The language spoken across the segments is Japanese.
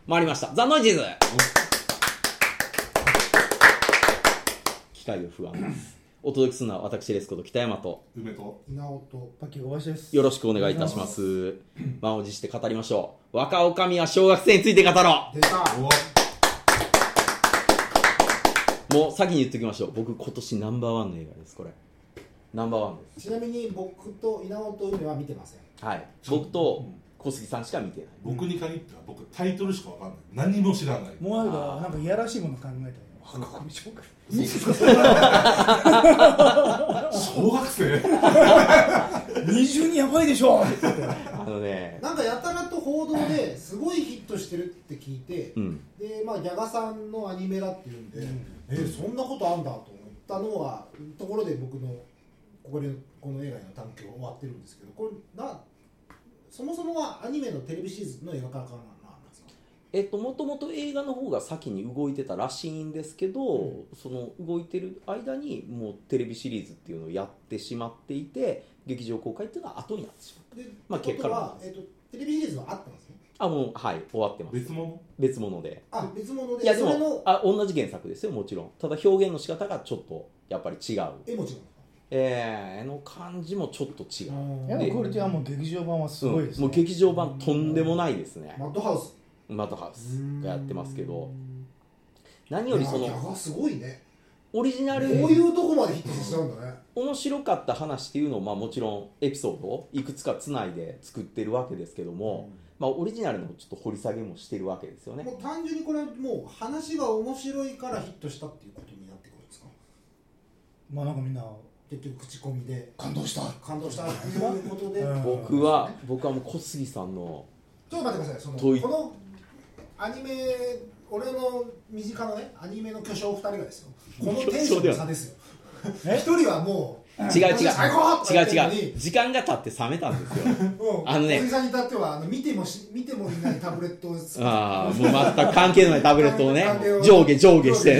回りました。ザ・ノイジーズ機械が不安です。お届けするのは私レスコと北山と梅と稲尾とパキ小林です。 よろしくお願いいたします。満を持して語りましょう。若女将は小学生について語ろう。 出た。 もう先に言っておきましょう。僕今年ナンバーワンの映画です。これナンバーワンです。 ちなみに僕と稲尾と梅は見てません。 はい。僕と小杉さんしか見てない。 僕に限っては僕タイトルしかわかんない。何も知らない。 もうなんかいやらしいもの考えたよ。若女将小学小学生二重にやばいでしょ。 なんかやたらと報道ですごいヒットしてるって聞いて、 うん、 でギャガさんのアニメだっていうんで、そんなことあんだと思ったのはところで僕のこの映画の探求は終わってるんですけど、これそもそもはアニメのテレビシリーズの映画化なんですか？ もともと映画の方が先に動いてたらしいんですけど、その動いてる間にもうテレビシリーズっていうのをやってしまっていて、劇場公開っていうのは後になってしまった。 結果は、テレビシリーズはあったんですね。 もうはい終わってます。別物で。 別物で。 いやでも同じ原作ですよ、もちろん。ただ表現の仕方がちょっとやっぱり違う。 絵も違う。 の感じもちょっと違う。 でクオリティはもう劇場版はすごいですね。 もう劇場版とんでもないですね。 マッドハウスがやってますけど、何よりそのすごいね。 オリジナルこういうとこまでヒットしちゃうんだね。 面白かった話っていうのをもちろんエピソードをいくつかつないで作ってるわけですけども、オリジナルのちょっと掘り下げもしてるわけですよね。 もう単純にこれはもう話が面白いからヒットしたっていうことになってくるんですか？ なんかみんな結局口コミで感動したっていうことで僕はもう小杉さんのちょっと待ってください。このアニメ、俺の身近なねアニメの巨匠2人がですよ、このテンションの差ですよ。一人はもう違う時間が経って冷めたんですよ。 小杉さんに至っては見てもいないタブレットをもう全く関係のないタブレットをね上下して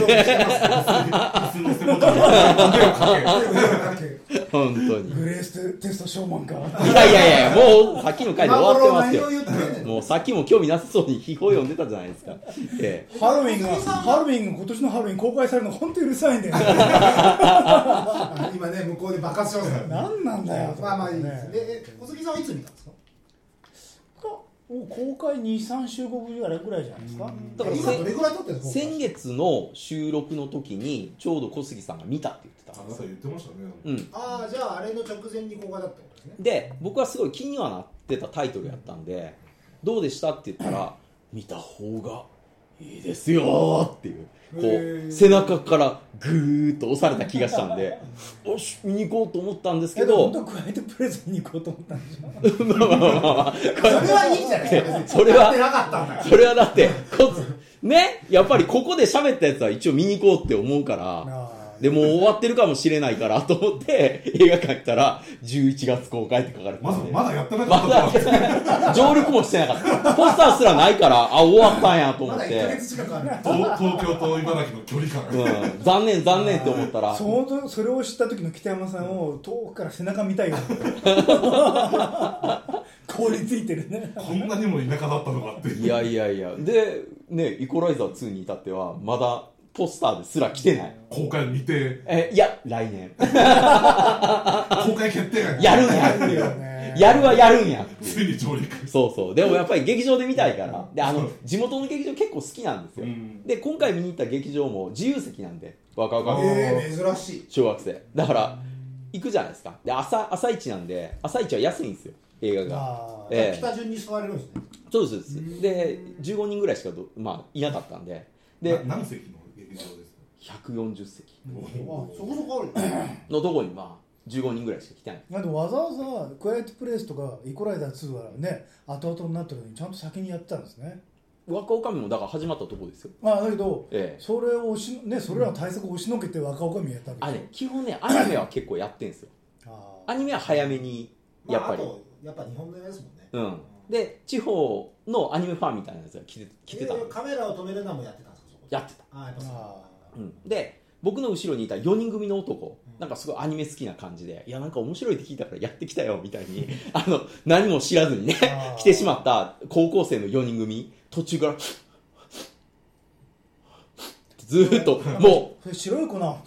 本当にグレーステストショーマンか。 いやもうさっきの回で終わってますよ。もうさっきも興味なさそうに秘宝読んでたじゃないですか。 ハロウィンが今年のハロウィン公開されるの本当にうるさいんだよ。 今ね向こうで爆発しますから。 何なんだよ。 いいです。小杉さんはいつ見たんですか？ 公開 2,3 週後ぐらいじゃないですか。 だから今どれぐらい経ってるんですか？ 先月の収録の時にちょうど小杉さんが見たって言ってた。 言ってましたね。 じゃああれの直前に公開だったことですね。 で僕はすごい気にはなってたタイトルやったんで、どうでしたって言ったら見た方がいいですよっていう背中からグーッと押された気がしたんでよし見に行こうと思ったんですけど、 本当クワイエットプレイス見に行こうと思ったんでしょ。 それはいいじゃないですか。 それはだってね、やっぱりここで喋ったやつは一応見に行こうって思うから、でもう終わってるかもしれないからと思って映画館行ったら11月公開って書かれてて、 まだやってなかった上陸もしてなかった。ポスターすらないから終わったんやと思って、 まだ1ヶ月近くある。 東京と茨城の距離感、 残念って思ったら、 それを知った時の北山さんを遠くから背中見たいよ。凍りついてるね。 こんなにも田舎だったのかって。 いやでね、イコライザー2に至ってはまだポスターですら来てない。 公開未定。 いや来年公開決定やるんやっていうやるんやっていう。 ついに上陸。 そうでもやっぱり劇場で見たいからで、地元の劇場結構好きなんですよ。で今回見に行った劇場も自由席なんで、若々 珍しい小学生だから行くじゃないですか。で朝一なんで、朝一は安いんですよ映画が。 北順に座れるんですね。 そうですで15人ぐらいしかいなかったんで、 何席の劇場ですか ？140席そこそこあるのとこに15人ぐらいしか来てない。 なんでわざわざクワイエットプレイスとかイコライザー2はね後々になってるのにちゃんと先にやってたんですね。 若女将もだから始まったとこですよ。 だけど、それをそれらの対策を押しのけて若女将やったわけですよ。 基本ねアニメは結構やってんすよ。アニメは早めにやっぱり、 やっぱ日本のやつもね。 で地方のアニメファンみたいなやつが来てた。 カメラを止めるのもやってたんですか？ やってた。 やっぱで僕の後ろにいた4人組の男、なんかすごいアニメ好きな感じで、いやなんか面白いって聞いたからやってきたよみたいに何も知らずにね来てしまった高校生の4人組、途中からずーっともそれ白い粉。 う違う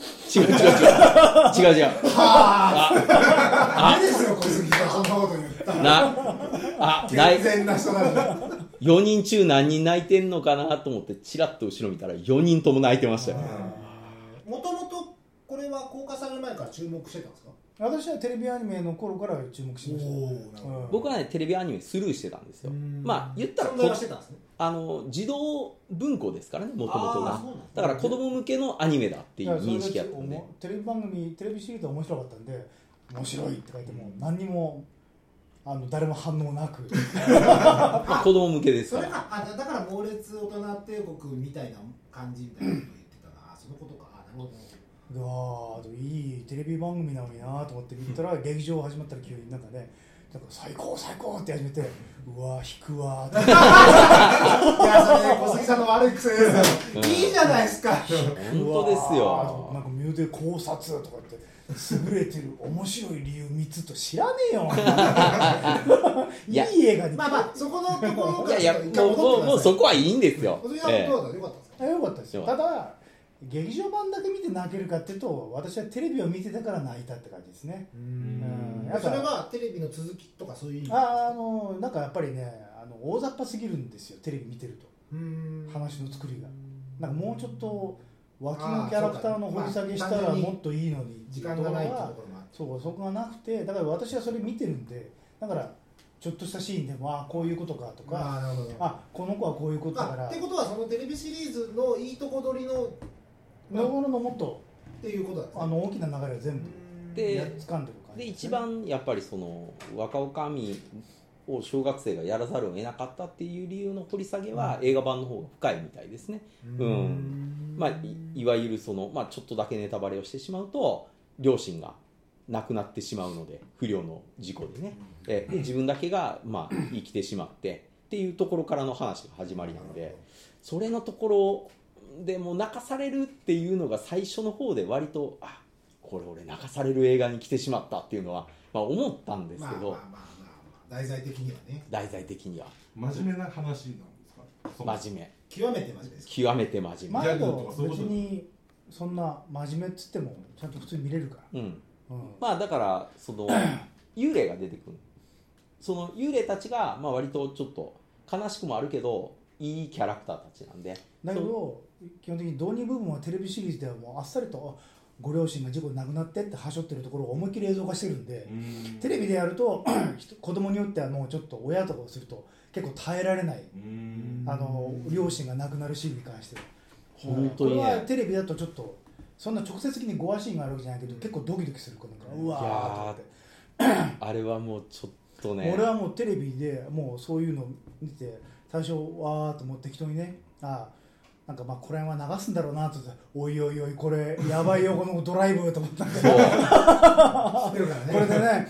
ダメですよ小杉さん、そんなこと言ったら健全な人なんだ。 4人中何人泣いてんのかなと思ってチラッと後ろ見たら4人とも泣いてましたよね。 もともとこれは公開される前から注目してたんですか？ 私はテレビアニメの頃から注目しました。 おー、なるほど。 僕はねテレビアニメスルーしてたんですよ。まあ言ったら存在はしてたんですね。 児童文庫ですからね、もともとが。 あーそうなんですねだから子供向けのアニメだっていう認識やったんで、 テレビ番組、テレビシリーズは面白かったんで、面白いって書いても何にも誰も反応なくまあ子供向けですそから。 れかだから猛烈大人帝国みたいな感じみたいなこと言ってたな。そのことか。なるほど。 うわーいいテレビ番組なのになと思って見たら劇場始まったら急になんかね、なんか最高最高って始めて、うわー引くわーっていや、それ小杉さんの悪い癖ですよ。いいじゃないですか。 本当ですよ。 なんかミューで考察とかって優れてる面白い理由3つと知らねえよいい映画にまあまあそこのところいやいや、もうそこはいいんですよ。 小杉さんどうだった？よかったですか？ よかったですよ。ただ劇場版だけ見て泣けるかっていうと、私はテレビを見てたから泣いたって感じですね。 それはテレビの続きとかそういう意味？ なんかやっぱりね、大雑把すぎるんですよ、テレビ見てると。話の作りがなんかもうちょっと脇のキャラクターの掘り下げしたらもっといいのに、 時間がないってところもあって、 そこがなくて、だから私はそれ見てるんで、だからちょっとしたシーンでもこういうことかとか、この子はこういうことだからってことは、そのテレビシリーズのいいとこ取りののもっとっていうことなんですね。大きな流れを全部掴んでる感じで一番やっぱりその若女将を小学生がやらざるを得なかったっていう理由の掘り下げは映画版の方が深いみたいですね。まあ、いわゆるその、まあ、ちょっとだけネタバレをしてしまうと、両親が亡くなってしまうので、不慮の事故でね、で自分だけが、まあ、生きてしまってっていうところからの話が始まりなので、それのところでもう泣かされるっていうのが最初の方で割とこれ俺泣かされる映画に来てしまったっていうのは、まあ、思ったんですけど、 題材的にはね、 題材的には真面目な話なんですか？ 真面目、 極めて真面目です。 極めて真面目。 まあでも別にそんな真面目っつってもちゃんと普通に見れるから、 まあだからその幽霊が出てくる、その幽霊たちがまあ割とちょっと悲しくもあるけどいいキャラクターたちなんで、 だけど基本的に導入部分はテレビシリーズではもうあっさりとご両親が事故で亡くなってってはしょってるところを思いっきり映像化してるんで、テレビでやると子供によってはもうちょっと親とかをすると結構耐えられない、両親が亡くなるシーンに関しては本当にね、 これはテレビだとちょっとそんな直接的にゴアシーンがあるわけじゃないけど、結構ドキドキする子なんかうわーと思ってあれはもうちょっとね、 俺はもうテレビでもうそういうのを見て最初わーっと思って適当にね、なんかまあこれは流すんだろうなと思って、おいおいおいこれやばいよこのドライブと思ったんだけどこれでね、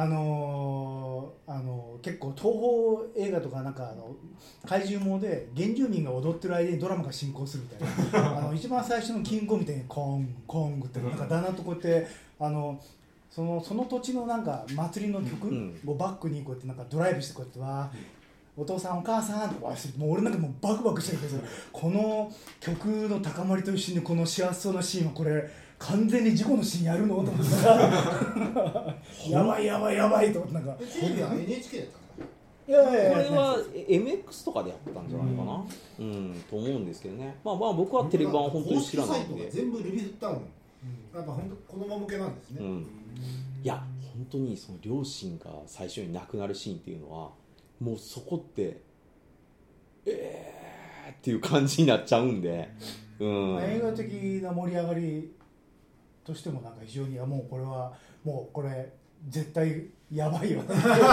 結構東宝映画とかなんか怪獣もので原住民が踊ってる間にドラマが進行するみたいな一番最初のキングコングみたいにコンコングってなんかだんだんとこうやってその土地のなんか祭りの曲をバックにこうやってなんかドライブしてこうやってお父さんお母さんとかもう俺なんかもうバクバクしてるけど、この曲の高まりと一緒にこの幸せそうなシーンはこれ完全に事故のシーンやるのと思ってやばいやばいやばいと思って、なんかテレビは NHK だったのかな。 いやこれは MX とかでやったんじゃないかな、と思うんですけどね。まあまあ僕はテレビ版は本当に知らないんで、 全部ルビーフッタウンやっぱ本当子供向けなんですね。 いや本当にその両親が最初に亡くなるシーンっていうのはもうそこってっていう感じになっちゃうんで、 映画的な盛り上がりとしてもなんか非常にもうこれはもうこれ絶対やばいよ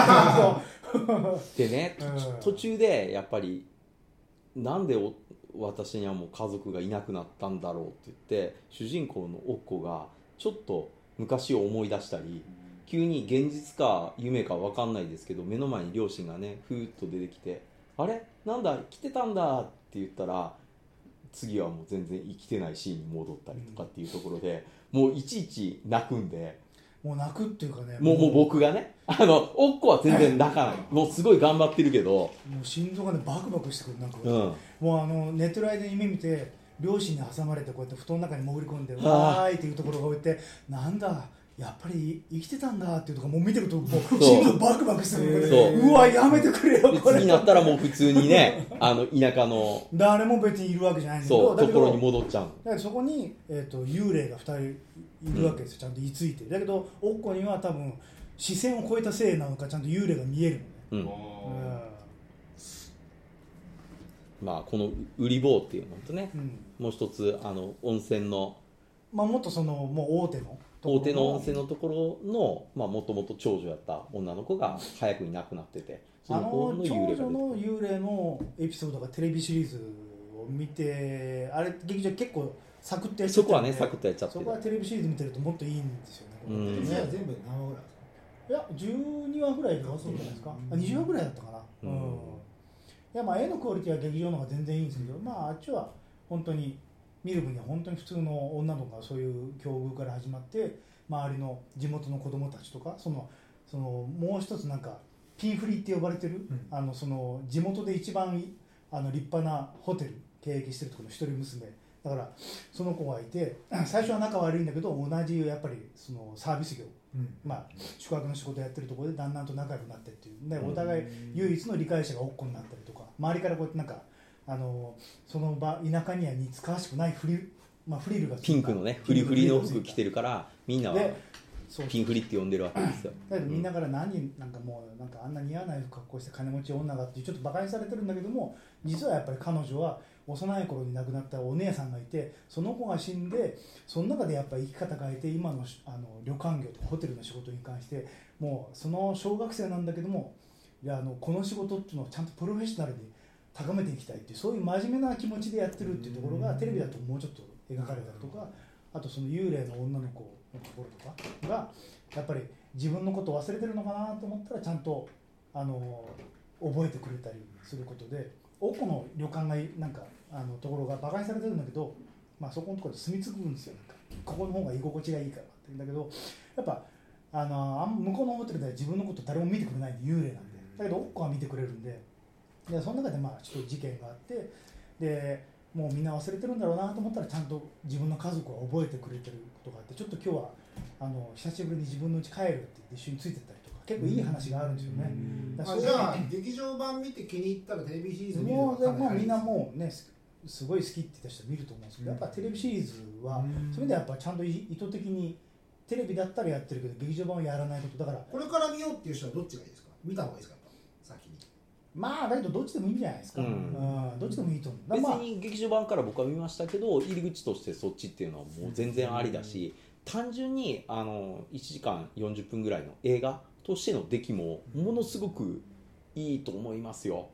でね、途中でやっぱりなんで私にはもう家族がいなくなったんだろうって言って主人公のおっ子がちょっと昔を思い出したり、急に現実か夢か分かんないですけど目の前に両親がねふーっと出てきて、あれなんだ来てたんだって言ったら次はもう全然生きてないシーンに戻ったりとかっていうところで、もういちいち泣くんで、 もう泣くっていうかね、 もう僕がねおっ子は全然泣かないもうすごい頑張ってるけど、 もう心臓がねバクバクしてくる、なんか、もう寝てる間に夢見て両親に挟まれてこうやって布団の中に潜り込んではあわーいっていうところが置いてなんだやっぱり生きてたんだっていうとかもう見てるともうそう心臓バクバクしてるそううわやめてくれよでこれ次になったらもう普通にね田舎の誰も別にいるわけじゃないんだけそうどだけどところに戻っちゃうだからそこに、幽霊が2人いるわけですよ、ちゃんと居ついてだけどおっこには多分視線を超えたせいなのかちゃんと幽霊が見えるのね、 まあこのウリ坊っていうのとね、 うんもう一つ温泉のまあ、もっとそのもう大手の大手の温泉のところのもともと長女やった女の子が早くに亡くなっててその子の幽長霊が女の出てくる幽霊のエピソードがテレビシリーズを見てあれ劇場結構サクッとやっちゃってそこはねサクッとやっちゃってるそこはテレビシリーズ見てるともっといいんですよね、これうん全部何話ぐらいですか？ いや12話ぐらいで終わったんじゃないですか、20話ぐらいだったかな、 うんいやまあ絵のクオリティは劇場の方が全然いいんですけど、まああっちは本当に見る分には本当に普通の女の子がそういう境遇から始まって周りの地元の子供たちとかそのもう一つなんかピンフリって呼ばれてる、その地元で一番立派なホテル経営してるところの一人娘だからその子がいて最初は仲悪いんだけど同じやっぱりそのサービス業、まあ、宿泊の仕事やってるところでだんだんと仲良くなってっていうでお互い唯一の理解者がおっこになったりとか周りからこうやってなんかその場田舎には似つかわしくないフリルがピンクのねフリフリの服着てるからみんなはでそうピンフリって呼んでるわけですよだけどみんなからなんかもうなんかあんな似合わない格好して金持ち女がっていうちょっと馬鹿にされてるんだけども実はやっぱり彼女は幼い頃に亡くなったお姉さんがいてその子が死んでその中でやっぱり生き方変えて今の旅館業とかホテルの仕事に関してもうその小学生なんだけどもいやこの仕事っていうのをちゃんとプロフェッショナルに高めていきたいっていうそういう真面目な気持ちでやってるっていうところがテレビだともうちょっと描かれたりとかあとその幽霊の女の子のところとかがやっぱり自分のことを忘れてるのかなと思ったらちゃんと覚えてくれたりすることでおっこの旅館がなんかところが馬鹿にされてるんだけど、まあ、そこのところで住み着くんですよなんかここの方が居心地がいいからって言うんだけどやっぱ向こうのホテルでは自分のこと誰も見てくれないんで幽霊なんでだけどおっこは見てくれるんでその中でまあちょっと事件があってでもうみんな忘れてるんだろうなと思ったらちゃんと自分の家族は覚えてくれてることがあってちょっと今日は久しぶりに自分の家帰るって言って一緒についてったりとか結構いい話があるんですよね。 じゃあ劇場版見て気に入ったらテレビシリーズ見るのもうみんなもうねすごい好きって言った人見ると思うんですけど、やっぱテレビシリーズはそれでやっぱちゃんと意図的にテレビだったらやってるけど劇場版はやらないことだからこれから見ようっていう人はどっちがいいですか？見た方がいいですか？先にまあだけどどっちでもいいんじゃないですか、どっちでもいいと思う別に劇場版から僕は見ましたけど入り口としてそっちっていうのはもう全然ありだし単純に1時間40分ぐらいの映画としての出来もものすごくいいと思いますよ。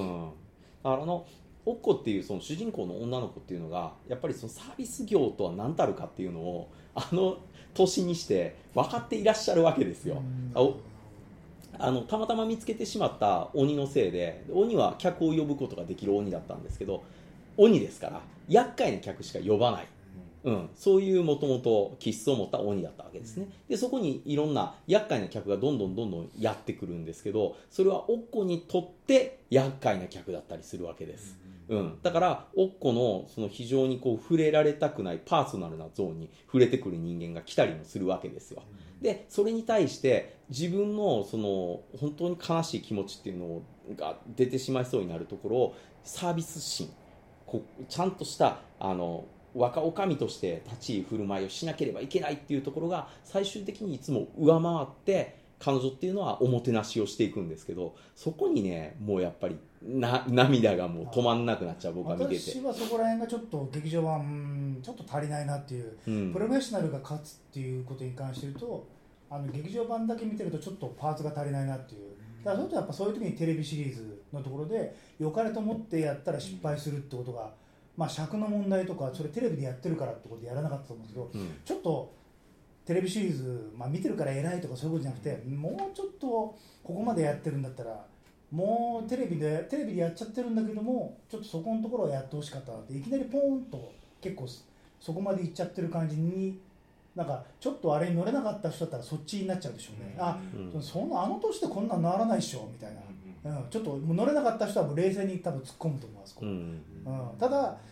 おっこっていうその主人公の女の子っていうのがやっぱりそのサービス業とは何たるかっていうのを年にして分かっていらっしゃるわけですよ。たまたま見つけてしまった鬼のせいで鬼は客を呼ぶことができる鬼だったんですけど鬼ですから厄介な客しか呼ばない、そういうもともと気質を持った鬼だったわけですね。でそこにいろんな厄介な客がどんどんやってくるんですけどそれはおっこにとって厄介な客だったりするわけです。だからおっこのその非常にこう触れられたくないパーソナルなゾーンに触れてくる人間が来たりもするわけですよ。でそれに対して自分のその本当に悲しい気持ちっていうのが出てしまいそうになるところをサービス心ちゃんとした若女将として立ち居振る舞いをしなければいけないっていうところが最終的にいつも上回って彼女っていうのはおもてなしをしていくんですけどそこにねもうやっぱり涙がもう止まんなくなっちゃう僕は見てて私はそこら辺がちょっと劇場版ちょっと足りないなっていう、プロフェッショナルが勝つっていうことに関して言うと劇場版だけ見てるとちょっとパーツが足りないなっていうだからやっぱそういう時にテレビシリーズのところで良かれと思ってやったら失敗するってことが、まあ尺の問題とかそれテレビでやってるからってことでやらなかったと思うんですけど、ちょっとテレビシリーズ、見てるから偉いとかそういうことじゃなくてもうちょっとここまでやってるんだったらもうテレビでやっちゃってるんだけどもちょっとそこのところをやってほしかったなっていきなりポーンと結構そこまでいっちゃってる感じになんかちょっとあれに乗れなかった人だったらそっちになっちゃうでしょうね、そんな年でこんなんならないでしょみたいな、ちょっともう乗れなかった人はもう冷静に多分突っ込むと思います、ただ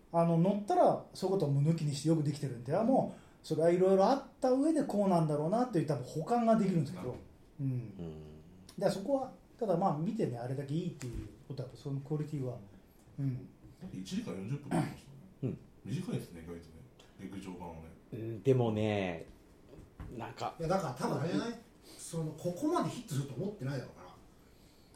乗ったらそういうことをもう抜きにしてよくできてるんで、もうそれはいろいろあった上でこうなんだろうなっていう多分補完ができるんですけど、だからそこはただまあ見てねあれだけいいっていうことはそのクオリティは、 1時間40分って言いましたね、短いですね意外とね陸上版はね、 でもねなんかいやだから多分あれじゃない、ここまでヒットすると思ってないだろうから、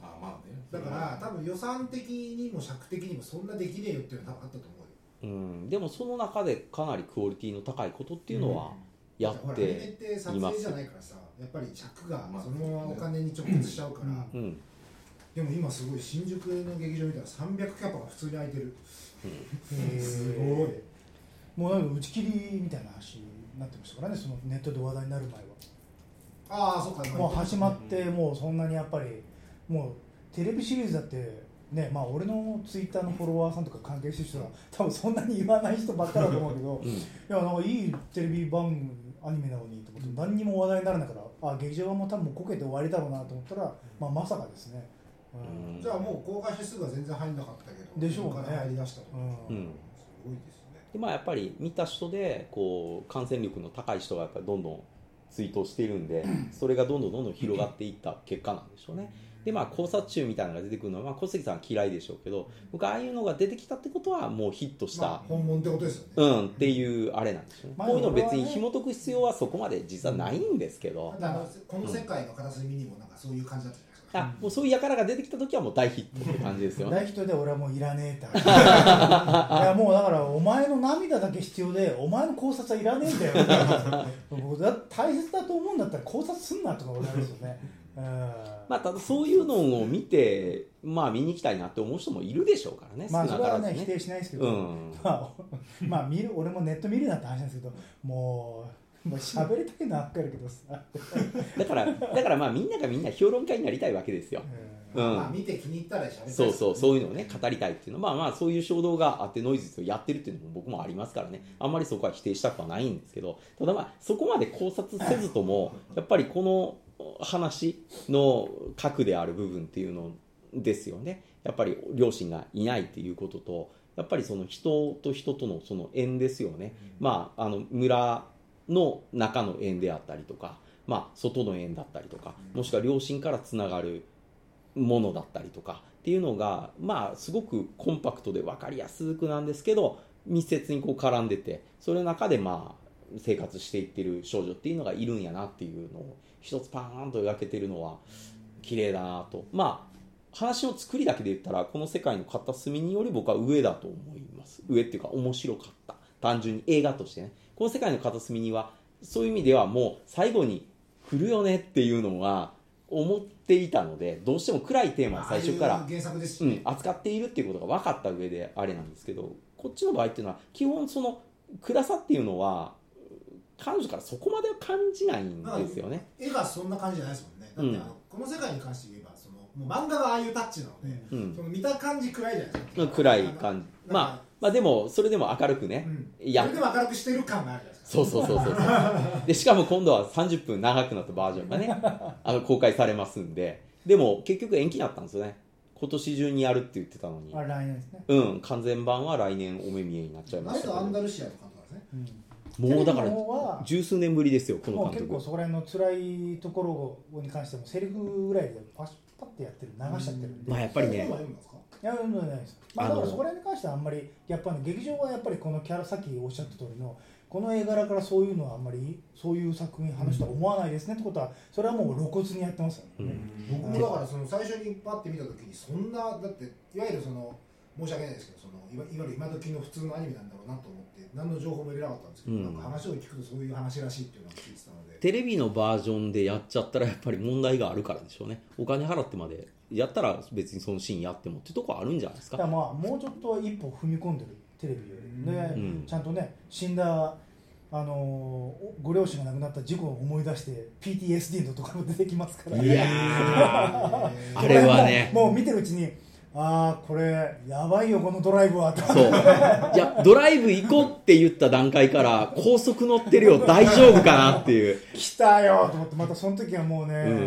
まあね、 だから多分予算的にも尺的にもそんなできねえよっていうのは多分あったと思うよ。 でもその中でかなりクオリティの高いことっていうのはやっています。 アニメって撮影じゃないからさ、やっぱり尺がそのままお金に直結しちゃうから、でも今すごい新宿の劇場見たら300キャパが普通に空いてる、すごいもうなんか打ち切りみたいな話になってましたからね、そのネットで話題になる前は。 そっか、 もう始まってもうそんなにやっぱりもうテレビシリーズだってね、まあ俺のツイッターのフォロワーさんとか関係してる人は多分そんなに言わない人ばっかりだと思うけど、いやなんかいいテレビ番組アニメなのにと思って何にも話題にならないから、劇場はもう多分こけて終わりだろうなと思ったら、まさかですね。 じゃあもう公開してすぐは全然入んなかったけど、 でしょうね、 お金入り出したと、すごいですね。 でやっぱり見た人でこう感染力の高い人がやっぱりどんどんツイートをしているんで、それがどんどん広がっていった結果なんでしょうね。で考察中みたいなのが出てくるのは、小杉さんは嫌いでしょうけど、僕ああいうのが出てきたってことはもうヒットした、 本物ってことですよね。 っていうあれなんですよね。こういうの別に紐解く必要はそこまで実はないんですけど、 この世界の片隅にもなんかそういう感じだったじゃないですか。 もうそういう輩が出てきた時はもう大ヒットって感じですよね。 大ヒットで俺はもういらねえっていやもうだからお前の涙だけ必要でお前の考察はいらねえんだよ僕大切だと思うんだったら考察すんなとか俺あるんですよね。 ただそういうのを見て見に行きたいなって思う人もいるでしょうからね。 それはね否定しないですけど、俺もネット見るなって話なんですけど、もう喋りたいのは分かるけどさだからみんながみんな評論家になりたいわけですよ。 見て気に入ったら喋りたい、 そういうのをね語りたいっていうのはそういう衝動があってノイズをやってるっていうのも僕もありますからね、あんまりそこは否定したくはないんですけど、ただそこまで考察せずともやっぱりこの話の核である部分っていうのですよね。やっぱり両親がいないっていうことと、やっぱりその人と人とのその縁ですよね。村の中の縁であったりとか、外の縁だったりとか、もしくは両親からつながるものだったりとかっていうのがすごくコンパクトで分かりやすくなんですけど密接に絡んでて、それの中で生活していってる少女っていうのがいるんやなっていうのを一つパーンと描けてるのは綺麗だなと。話の作りだけで言ったらこの世界の片隅により僕は上だと思います。上っていうか面白かった、単純に映画としてね。この世界の片隅にはそういう意味ではもう最後に来るよねっていうのは思っていたので、どうしても暗いテーマを最初から原作ですしね、 扱っているっていうことが分かった上であれなんですけど、こっちの場合っていうのは基本その暗さっていうのは彼女からそこまでは感じないんですよね。 絵がそんな感じじゃないですもんね。だってこの世界に関して言えばもう漫画がああいうタッチなので、その見た感じ暗いじゃないですか。 暗い感じ。でもそれでも明るくね、 それでも明るくしてる感があるじゃないですか。 そうでしかも今度は30分長くなったバージョンがね公開されますんで、でも結局延期になったんですよね。今年中にやるって言ってたのに、 来年ですね。 完全版は来年お目見えになっちゃいましたけど、 アンダルシアの監督なんですね。 もうだから十数年ぶりですよこの監督。 結構そこら辺の辛いところに関してもセリフぐらいでパッてやってる、流しちゃってるんで、 やっぱりね、 いや読んでないです。だからそこら辺に関してはあんまりやっぱり劇場はやっぱりこのキャラ、さっきおっしゃった通りのこの絵柄からそういうのはあんまりそういう作品話とは思わないですねってことは、それはもう露骨にやってますよね。 僕もだから最初にパッて見た時にそんな、だっていわゆる申し訳ないですけどいわゆる今時の普通のアニメなんだろうなと思って何の情報も入れなかったんですけど、なんか話を聞くとそういう話らしいっていうのが聞いてたので、 テレビのバージョンでやっちゃったらやっぱり問題があるからでしょうね。お金払ってまでやったら別にそのシーンやってもってとこあるんじゃないですか。 だからもうちょっと一歩踏み込んでるテレビよりね、ちゃんとね死んだご両親が亡くなった事故を思い出して PTSD のところも出てきますから、 いやあれはねもう見てるうちにこれやばいよこのドライブはと。 そういやドライブ行こうって言った段階から高速乗ってるよ大丈夫かなっていう来たよと思って、またその時はもうね、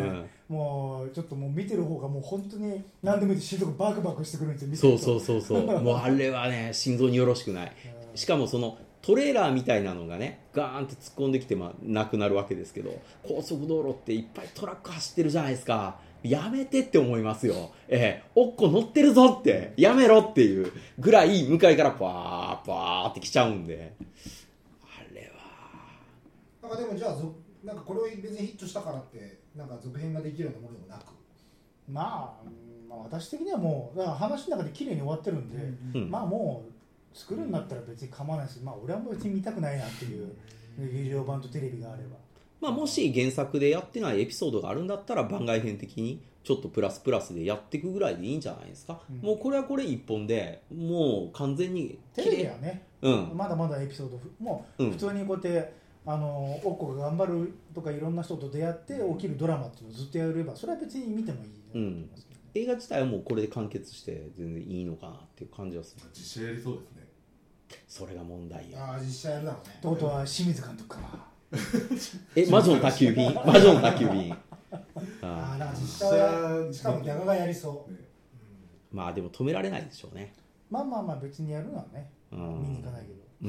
もうちょっともう見てる方がもう本当に何でもいい心臓がバクバクしてくるんですよ。見てそうるとそうそうそうもうあれはね心臓によろしくない。しかもそのトレーラーみたいなのがねガーンって突っ込んできてなくなるわけですけど、高速道路っていっぱいトラック走ってるじゃないですか。やめてって思いますよ。おっこ乗ってるぞってやめろっていうぐらい向かいからパーパーって来ちゃうんで、あれはなんかでもじゃあなんかこれを別にヒットしたからってなんか続編ができるようなものでもなく、 まあ私的にはもうだから話の中で綺麗に終わってるんで、 うんまあもう作るんだったら別に構わないし、まあ俺は別に見たくないなっていう劇場版とテレビがあれば。 まあ、もし原作でやってないエピソードがあるんだったら番外編的にちょっとプラスプラスでやっていくぐらいでいいんじゃないですか、もうこれはこれ一本でもう完全にテレビはね、まだまだエピソードもう普通にこうやっておっこが頑張るとかいろんな人と出会って起きるドラマっていうのをずっとやればそれは別に見てもいいなと思いますけど、 映画自体はもうこれで完結して全然いいのかなっていう感じはする。 実写やりそうですね。 それが問題よ。 ああ実写やるだろうね。 ってことは清水監督かな。 魔女の宅急便魔女の宅急便ああなんか実写はしかも逆がやりそう、 まあでも止められないでしょうね。 まあ別にやるのはね、見に行かないけど、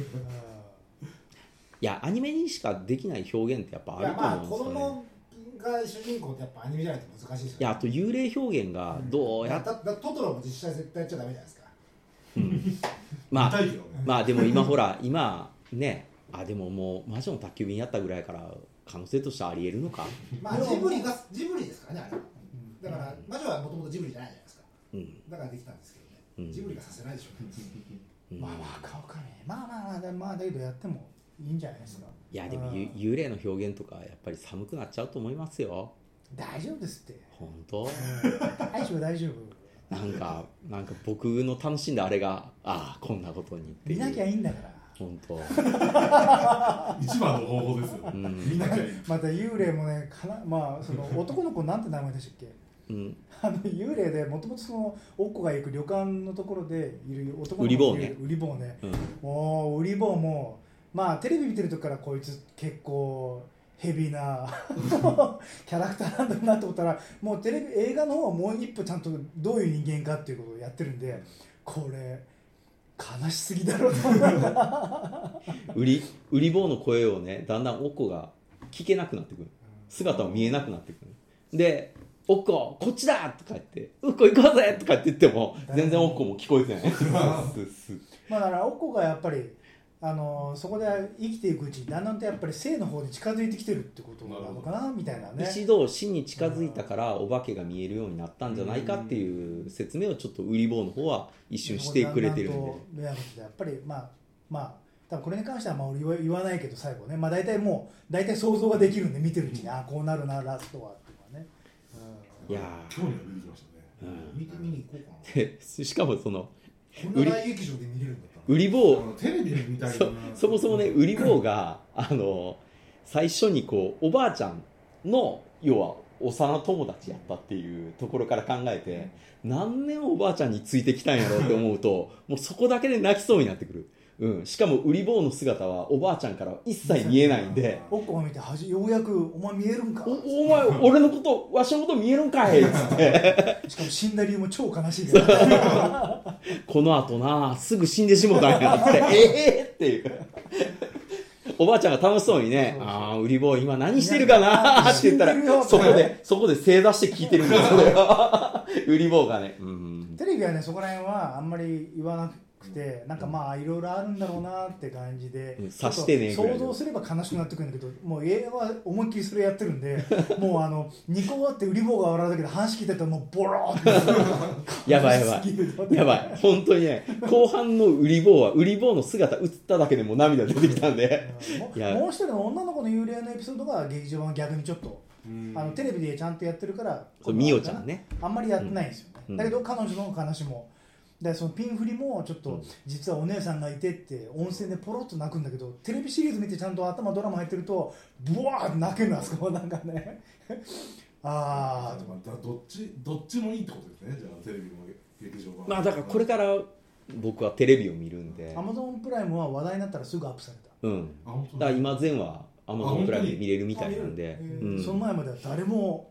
いやアニメにしかできない表現ってやっぱあると思うんですよね。 子供が主人公ってやっぱアニメじゃないと難しいですよね。 いやあと幽霊表現がどうやっだトトロも実写絶対やっちゃダメじゃないですか。 まあ見たいけどね。 まあでも今ほら今ねでももう魔女の宅急便やったぐらいから可能性としてはありえるのか。 まあジブリですからねあれは。だから魔女はもともとジブリじゃないじゃないですか。だからできたんですけどね。ジブリがさせないでしょうね。 まあ買うかね。まあだけどやってもいいんじゃないですか。 いやでも幽霊の表現とかやっぱり寒くなっちゃうと思いますよ。 大丈夫ですって。 本当大丈夫。 なんか僕の楽しんだあれがこんなことにっていう見なきゃいいんだから。 本当一番の方法ですよ、見なきゃいい。 また幽霊もねまあその男の子なんて名前でしたっけ。幽霊でもともとそのおっこが行く旅館のところでいる男の子がいる売り坊ね、もう売り坊もまあテレビ見てる時からこいつ結構ヘビーなキャラクターなんだなと思ったらもう映画の方はもう一歩ちゃんとどういう人間かっていうことをやってるんでこれ悲しすぎだろうと思う売り坊の声をねだんだんおっこが聞けなくなってくる、姿も見えなくなってくるでおっここっちだとか言ってうっこ行こうぜとかって言っても全然おっこも聞こえてないまあだからおっこがやっぱりそこで生きていくうちにだんだんとやっぱり生の方に近づいてきてるってことなのかなみたいなね。 一度死に近づいたからお化けが見えるようになったんじゃないかっていう説明をちょっと売り坊の方は一瞬してくれてるんで、 やっぱりまあ多分これに関してはまあ俺言わないけど最後ね、まあ大体想像ができるんで見てるうちにこうなるなラストはっていうのはね。 いや興味が出てきましたね。 見に行こうかな。 しかもそのこんな大劇場で見れるんだったら売り坊テレビで見たいな。 そもそもね売り坊が最初にこうおばあちゃんの要は幼友達やったっていうところから考えて何年おばあちゃんについてきたんやろうって思うともうそこだけで泣きそうになってくる。しかも売り坊の姿はおばあちゃんから一切見えないんでおっこが見てようやくお前見えるんかお前俺のことわしのこと見えるんかいっつってしかも死んだ理由も超悲しいからこの後なすぐ死んでしもたんやってっていうおばあちゃんが楽しそうにね売り坊今何してるかなって言ったらそこで正座して聞いてるんですよ売り坊がね、 テレビはねそこら辺はあんまり言わなくてなんかまあいろいろあるんだろうなって感じで察してね想像すれば悲しくなってくるんだけどもう映画は思いっきりそれやってるんでもう2個終わって売り坊が笑うだけで話聞いてたらもうボローってやばい本当にね後半の売り坊の姿映っただけでもう涙出てきたんでもう一人の女の子の幽霊のエピソードが劇場は逆にちょっとテレビでちゃんとやってるからみおちゃんねあんまりやってないんですよね、だけど彼女の話もでそのピンフリもちょっと実はお姉さんがいてって温泉でポロッと泣くんだけどテレビシリーズ見てちゃんと頭ドラマ入ってるとブワーって泣けるのあそこなんかねどっちもいいってことですね。じゃあテレビも劇場版まあだからこれから僕はテレビを見るんでアマゾンプライムは話題になったらすぐアップされただから今前話 Amazon プライムで見れるみたいなんで、 その前までは誰も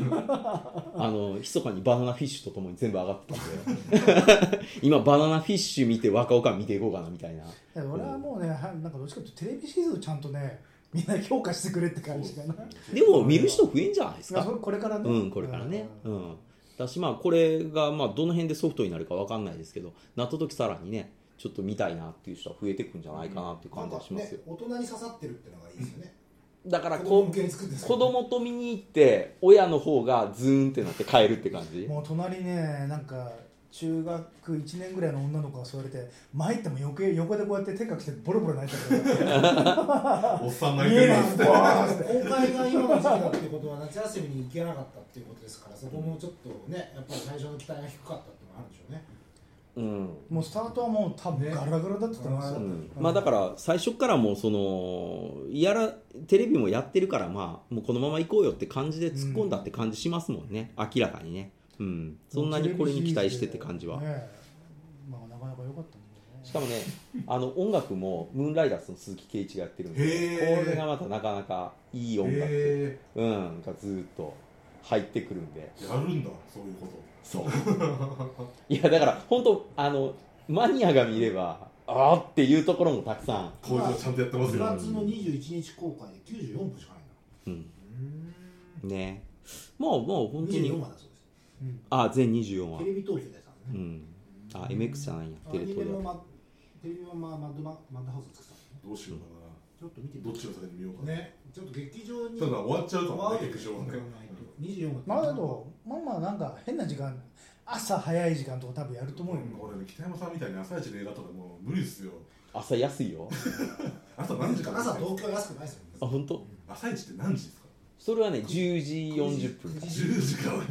密かにバナナフィッシュとともに全部上がってたんで今バナナフィッシュ見て若岡見ていこうかなみたいな。 俺はもうね、なんかどっちかというとテレビシリーズをちゃんとねみんな評価してくれって感じかな。 でも見る人増えんじゃないですか。 これからね、 これからね。私これがどの辺でソフトになるか分かんないですけど、なった時さらにねちょっと見たいなっていう人は増えてくんじゃないかなっていう感じがしますよ。 大人に刺さってるっていうのがいいですよね。 だから子供と見に行って親の方がズーンってなって帰るって感じ。 もう隣ね、なんか中学1年ぐらいの女の子が座れて、前行っても余計横でこうやって手かけてボロボロ泣いてるおっさん泣いてるんですね。 公開が今の時期だってことは夏休みに行けなかったっていうことですから、そこもちょっとね、やっぱり最初の期待が低かったっていうのがあるんでしょうね。 もうスタートはもう多分ガラガラだったと思いますよ。 だから最初からもうテレビもやってるからもうこのまま行こうよって感じで突っ込んだって感じしますもんね、明らかにね。そんなにこれに期待してって感じは、 なかなか良かったんだよね。 しかもね音楽もムーンライダースの鈴木圭一がやってるんで、これがまたなかなかいい音楽、がずーっと入ってくるんで。 やるんだそういうこと。 そういやだから本当マニアが見ればあーっていうところもたくさん。 こういうのちゃんとやってますよ。 9月の21日公開で94分しかないんだ。 ね、もう本当に 24話だそうです。 全24話。 テレビ投票でさね。 MX じゃないんや。テレ東で。 テレビはマッドハウス作った。 どうしようかな。 ちょっと見てどっちの先に見ようかな。 ね、ちょっと劇場に。 ただ終わっちゃうかもね、劇場はね。 24話。 だとなんか変な時間、朝早い時間とか多分やると思うよ。 俺ね、北山さんみたいに朝一の映画とかもう無理ですよ。 朝安いよ。 朝何時から朝東京安くないですよね。 本当？ 朝一って何時ですか？ それはね、10時40分。 10時から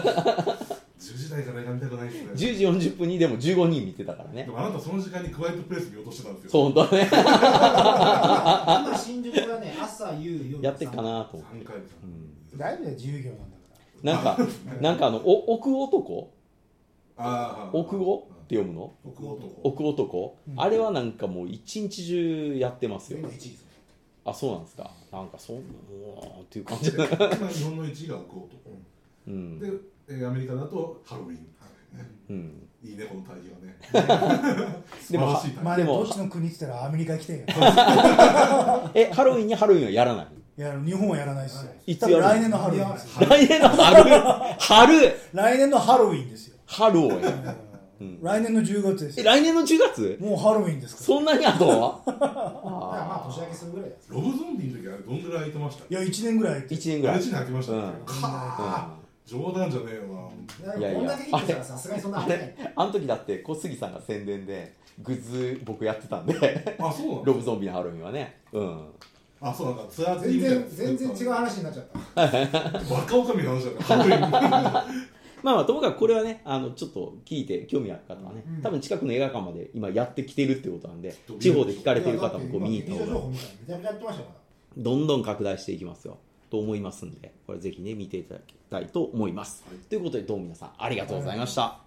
10時台から映画見たくないですね。 10時40分にでも15人見てたからね。 でもあなたその時間にクワイエットプレイス見落としてたんですよ。 そう、本当はね。 今新宿はね、朝夕夜やってっかなと思って。 3回です。 大丈夫だよ、自由業なんだから。 なんか奥男奥語って読むの？奥男、あれはなんかもう一日中やってますよ。あ、そうなんですか。なんかそんなっていう感じ。 日本の1位が奥男。で、アメリカだとハロウィン。いいね、この対比はね。 でもどっちの国って言ったらアメリカ行きたいよ。 ハロウィンにハロウィンはやらない？ いや、日本はやらないですよ。 いつやる？ 来年のハロウィンです。 来年の春来年のハロウィンですよ。 春をや。 来年の10月ですよ。 来年の10月？ もうハロウィンですから。 そんなに後は？ まあ年明けするぐらいです。 ロブゾンビの時あれどんぐらい空いてました？ いや、1年ぐらい。 1年ぐらい。 1年空いてましたね。冗談じゃねえよな。いやいや、さすがにそんなあれ。 あの時だって小杉さんが宣伝でグッズ僕やってたんで。 あ、そうなの？ ロブゾンビのハロウィンはね。 あ、そうなんだ。ツアー全然違う話になっちゃった。 若女将の話だから。 ともかくこれはね、ちょっと聞いて興味ある方はね、多分近くの映画館まで今やってきてるってことなんで、地方で聞かれてる方もこう見に行った方がどんどん拡大していきますよと思いますんで、これぜひね見ていただきたいと思います。ということでどうも皆さんありがとうございました。